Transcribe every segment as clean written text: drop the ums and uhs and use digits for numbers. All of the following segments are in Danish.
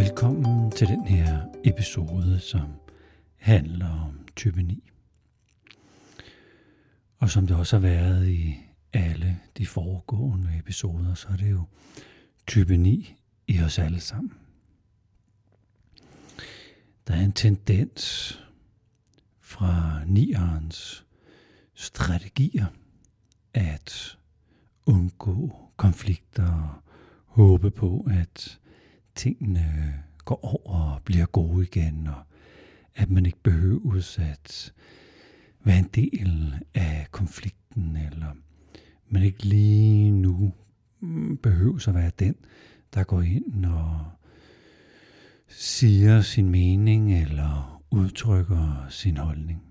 Velkommen til den her episode, som handler om type 9. Og som det også har været i alle de foregående episoder, så er det jo type 9 i os alle sammen. Der er en tendens fra 9'erens strategier at undgå konflikter og håbe på, at tingene går over og bliver gode igen, og at man ikke behøves at være en del af konflikten, eller man ikke lige nu behøves at være den, der går ind og siger sin mening eller udtrykker sin holdning.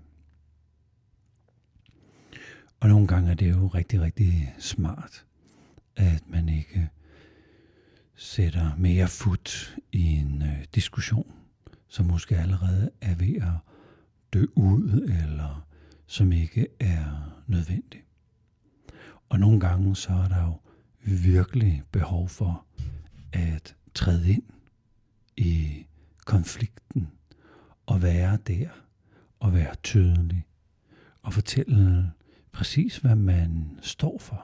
Og nogle gange er det jo rigtig, rigtig smart, at man ikke sætter mere fut i en diskussion, som måske allerede er ved at dø ud, eller som ikke er nødvendig. Og nogle gange så er der jo virkelig behov for at træde ind i konflikten, og være der, og være tydelig, og fortælle præcis, hvad man står for.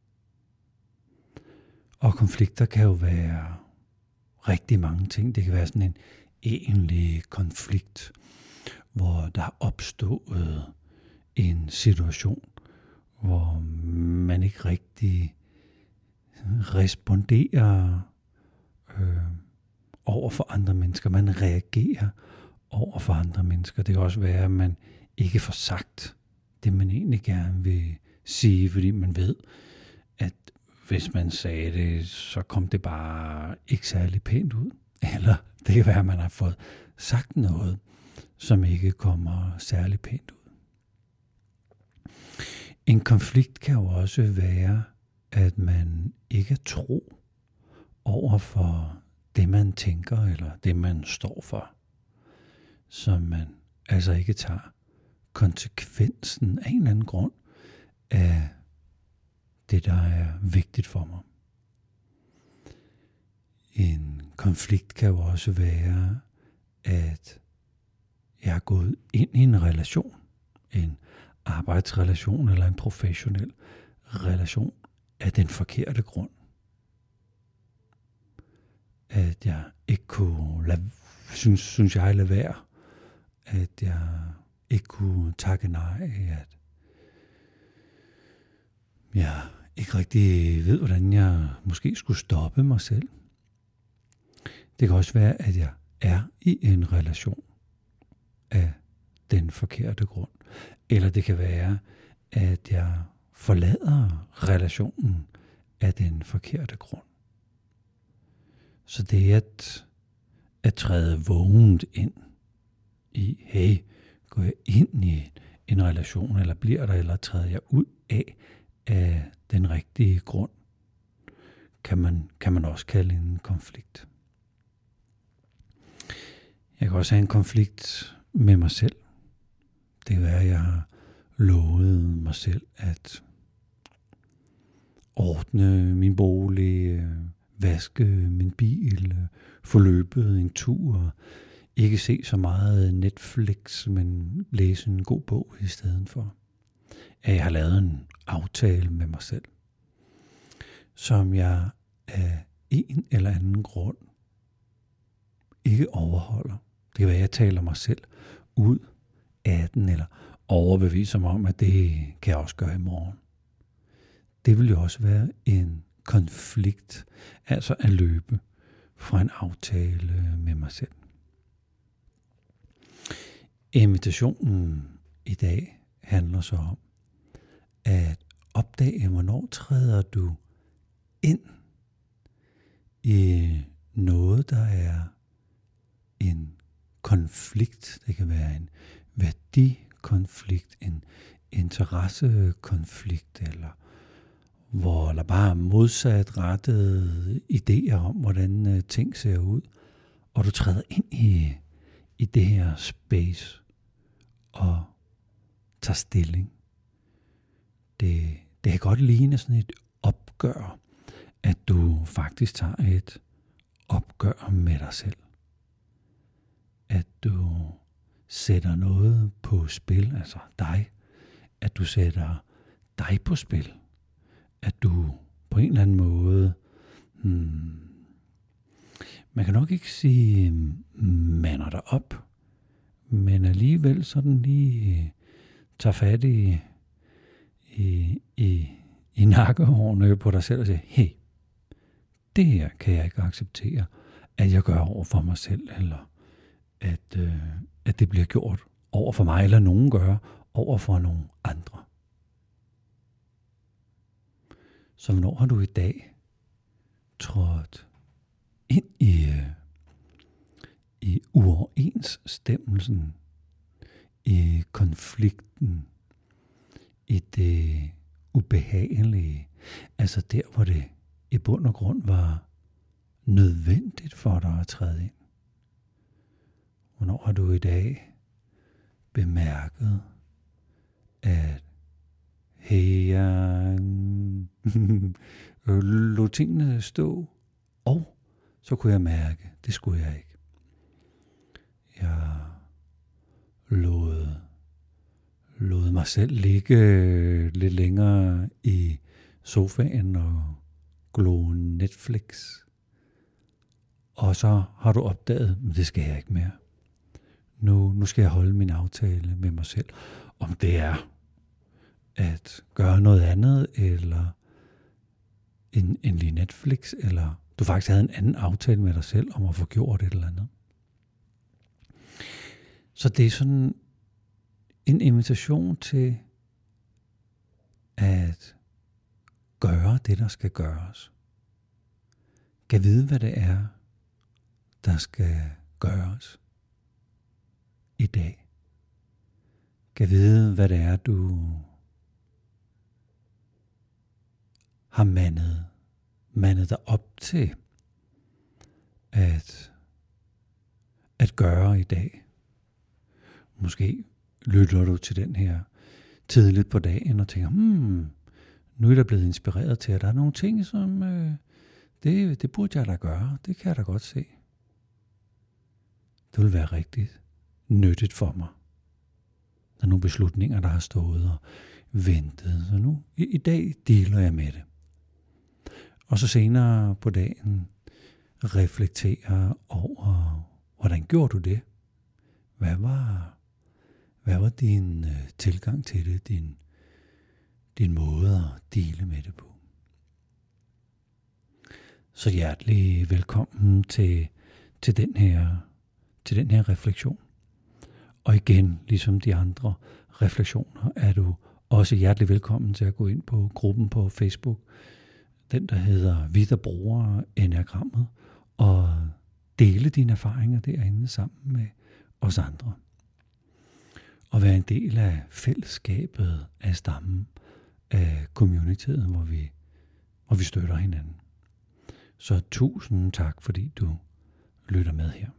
Og konflikter kan jo være rigtig mange ting. Det kan være sådan en egentlig konflikt, hvor der er opstået en situation, hvor man ikke rigtig responderer over for andre mennesker. Man reagerer over for andre mennesker. Det kan også være, at man ikke får sagt det, man egentlig gerne vil sige, fordi man ved, at hvis man sagde det, så kom det bare ikke særlig pænt ud. Eller det kan være, at man har fået sagt noget, som ikke kommer særlig pænt ud. En konflikt kan jo også være, at man ikke er tro over for det, man tænker, eller det, man står for. Så man altså ikke tager konsekvensen af en eller anden grund af det, der er vigtigt for mig. En konflikt kan jo også være, at jeg er gået ind i en relation, en arbejdsrelation eller en professionel relation af den forkerte grund. At jeg ikke kunne synes jeg lade være, at jeg ikke kunne takke nej, at jeg ikke rigtig ved, hvordan jeg måske skulle stoppe mig selv. Det kan også være, at jeg er i en relation af den forkerte grund. Eller det kan være, at jeg forlader relationen af den forkerte grund. Så det er at træde vågent ind i, hey, går jeg ind i en relation, eller bliver der, eller træder jeg ud af den rigtige grund, kan man også kalde en konflikt. Jeg kan også have en konflikt med mig selv. Det kan være, at jeg har lovet mig selv at ordne min bolig, vaske min bil, få løbet en tur, ikke se så meget Netflix, men læse en god bog i stedet for. At jeg har lavet en aftale med mig selv, som jeg af en eller anden grund ikke overholder. Det kan være, at jeg taler mig selv ud af den, eller overbeviser mig om, at det kan jeg også gøre i morgen. Det vil jo også være en konflikt, altså at løbe fra en aftale med mig selv. Invitationen i dag handler så om at opdage, hvornår træder du ind i noget, der er en konflikt. Det kan være en værdikonflikt, en interessekonflikt, eller hvor der bare er modsatrettede idéer om, hvordan ting ser ud. Og du træder ind i det her space og tager stilling. Det kan godt ligne sådan et opgør, at du faktisk tager et opgør med dig selv. at du sætter noget på spil, altså dig, at du sætter dig på spil, at du på en eller anden måde, man kan nok ikke sige, mander dig op, men alligevel sådan lige tager fat i nakkehårene på dig selv og siger, hey, det her kan jeg ikke acceptere, at jeg gør over for mig selv, eller at det bliver gjort over for mig, eller nogen gør over for nogle andre. Så hvornår har du i dag trådt ind i uoverensstemmelsen, i konflikten, i det ubehagelige, altså der, hvor det i bund og grund var nødvendigt for dig at træde ind? Hvornår har du i dag bemærket, at hey, jeg lod tingene stå, og så kunne jeg mærke, det skulle jeg ikke. Jeg lod mig selv ligge lidt længere i sofaen og glo Netflix. Og så har du opdaget, at det skal jeg ikke mere. Nu skal jeg holde min aftale med mig selv. Om det er at gøre noget andet, eller end lige Netflix, eller du faktisk havde en anden aftale med dig selv om at få gjort et eller andet. Så det er sådan en invitation til at gøre det, der skal gøres. Kan vide, hvad det er, der skal gøres i dag. Kan vide, hvad det er, du har mandet dig op til at gøre i dag. Måske lytter du til den her tidligt på dagen og tænker, nu er der blevet inspireret til, at der er nogle ting, som det burde jeg da gøre. Det kan jeg da godt se. Det vil være rigtigt nyttigt for mig. Der er nogle beslutninger, der har stået og ventet. Så nu, i dag deler jeg med det. Og så senere på dagen reflektere over, hvordan gjorde du det? Hvad var din tilgang til det? Din måde at dele med det på? Så hjertelig velkommen til den her refleksion. Og igen, ligesom de andre refleksioner, er du også hjertelig velkommen til at gå ind på gruppen på Facebook, den der hedder Vi, der bruger Enneagrammet, og dele dine erfaringer derinde sammen med os andre. Og være en del af fællesskabet, af stammen, af communityet, hvor vi støtter hinanden. Så tusind tak, fordi du lytter med her.